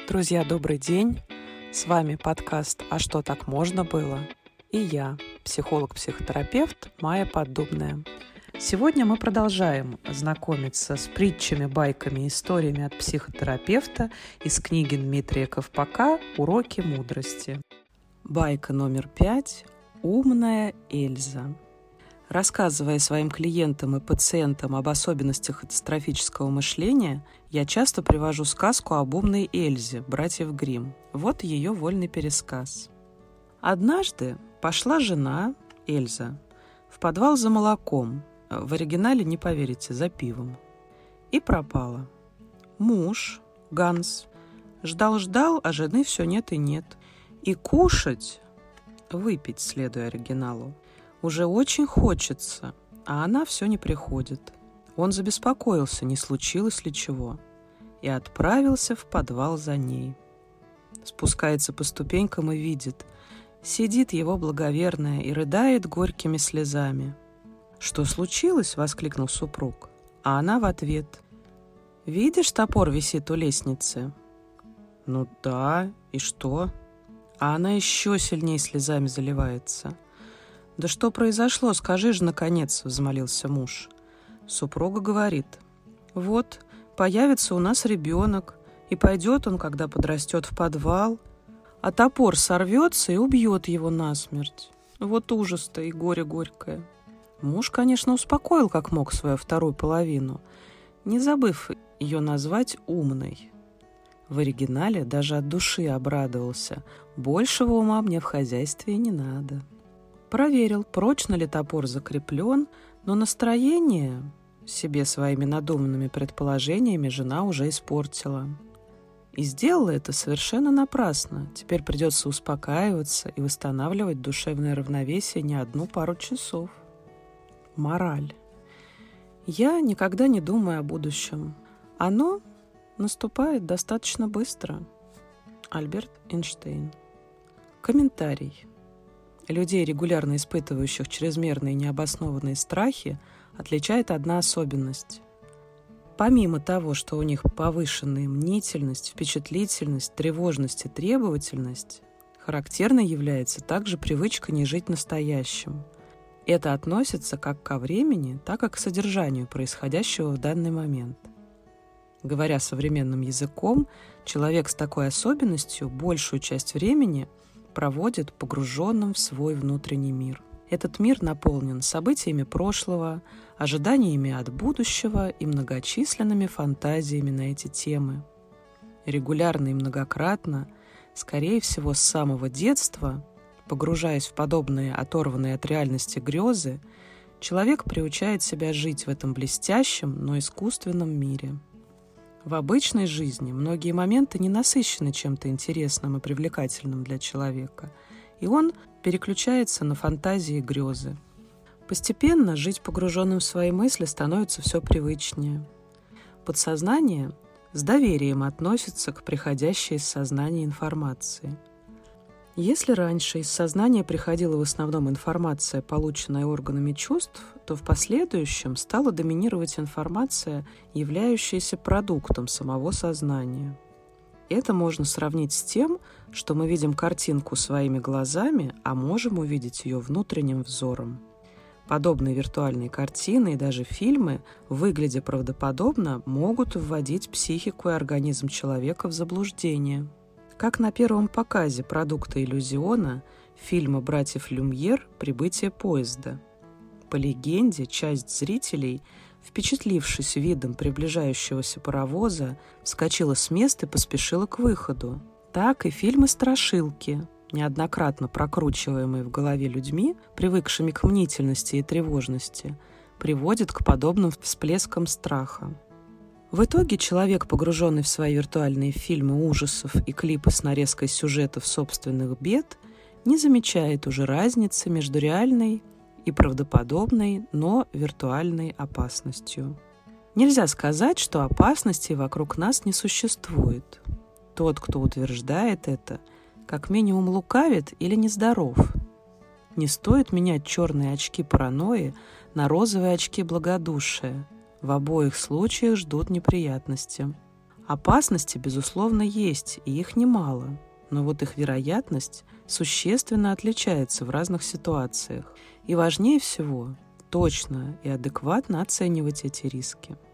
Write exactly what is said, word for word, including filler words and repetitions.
Друзья, добрый день! С вами подкаст «А что так можно было?» И я, психолог-психотерапевт Майя Поддубная. Сегодня мы продолжаем знакомиться с притчами, байками, историями от психотерапевта из книги Дмитрия Ковпака «Уроки мудрости». Байка номер пять «Умная Эльза». Рассказывая своим клиентам и пациентам об особенностях катастрофического мышления, я часто привожу сказку об умной Эльзе, братьев Гримм. Вот ее вольный пересказ. Однажды пошла жена, Эльза, в подвал за молоком, в оригинале, не поверите, за пивом, и пропала. Муж, Ганс, ждал-ждал, а жены все нет и нет. И кушать, выпить, следуя оригиналу, уже очень хочется, а она все не приходит. Он забеспокоился, не случилось ли чего, и отправился в подвал за ней. Спускается по ступенькам и видит, сидит его благоверная и рыдает горькими слезами. «Что случилось?» — воскликнул супруг. А она в ответ: «Видишь, топор висит у лестницы?» «Ну да, и что?» А она еще сильнее слезами заливается. «Да что произошло, скажи же, наконец», — взмолился муж. Супруга говорит: «Вот, появится у нас ребенок, и пойдет он, когда подрастет, в подвал, а топор сорвется и убьет его насмерть. Вот ужас-то и горе горькое». Муж, конечно, успокоил как мог свою вторую половину, не забыв ее назвать умной. В оригинале даже от души обрадовался: большего ума мне в хозяйстве не надо. Проверил, прочно ли топор закреплен, но настроение себе своими надуманными предположениями жена уже испортила. И сделала это совершенно напрасно. Теперь придется успокаиваться и восстанавливать душевное равновесие не одну пару часов. Мораль. Я никогда не думаю о будущем. Оно наступает достаточно быстро. Альберт Эйнштейн. Комментарий. Людей, регулярно испытывающих чрезмерные необоснованные страхи, отличает одна особенность. Помимо того, что у них повышенная мнительность, впечатлительность, тревожность и требовательность, характерной является также привычка не жить настоящим. Это относится как ко времени, так и к содержанию происходящего в данный момент. Говоря современным языком, человек с такой особенностью большую часть времени проводит погруженным в свой внутренний мир. Этот мир наполнен событиями прошлого, ожиданиями от будущего и многочисленными фантазиями на эти темы. Регулярно и многократно, скорее всего, с самого детства, погружаясь в подобные оторванные от реальности грезы, человек приучает себя жить в этом блестящем, но искусственном мире. В обычной жизни многие моменты не насыщены чем-то интересным и привлекательным для человека, и он переключается на фантазии и грезы. Постепенно жить погруженным в свои мысли становится все привычнее. Подсознание с доверием относится к приходящей из сознания информации. Если раньше из сознания приходила в основном информация, полученная органами чувств, то в последующем стала доминировать информация, являющаяся продуктом самого сознания. Это можно сравнить с тем, что мы видим картинку своими глазами, а можем увидеть ее внутренним взором. Подобные виртуальные картины и даже фильмы, выглядя правдоподобно, могут вводить психику и организм человека в заблуждение. Как на первом показе продукта иллюзиона фильма братьев Люмьер «Прибытие поезда». По легенде, часть зрителей, впечатлившись видом приближающегося паровоза, вскочила с места и поспешила к выходу. Так и фильмы «Страшилки», неоднократно прокручиваемые в голове людьми, привыкшими к мнительности и тревожности, приводят к подобным всплескам страха. В итоге человек, погруженный в свои виртуальные фильмы ужасов и клипы с нарезкой сюжетов собственных бед, не замечает уже разницы между реальной и правдоподобной, но виртуальной опасностью. Нельзя сказать, что опасностей вокруг нас не существует. Тот, кто утверждает это, как минимум лукавит или нездоров. Не стоит менять черные очки паранойи на розовые очки благодушия. В обоих случаях ждут неприятности. Опасности, безусловно, есть, и их немало, но вот их вероятность существенно отличается в разных ситуациях. И важнее всего точно и адекватно оценивать эти риски.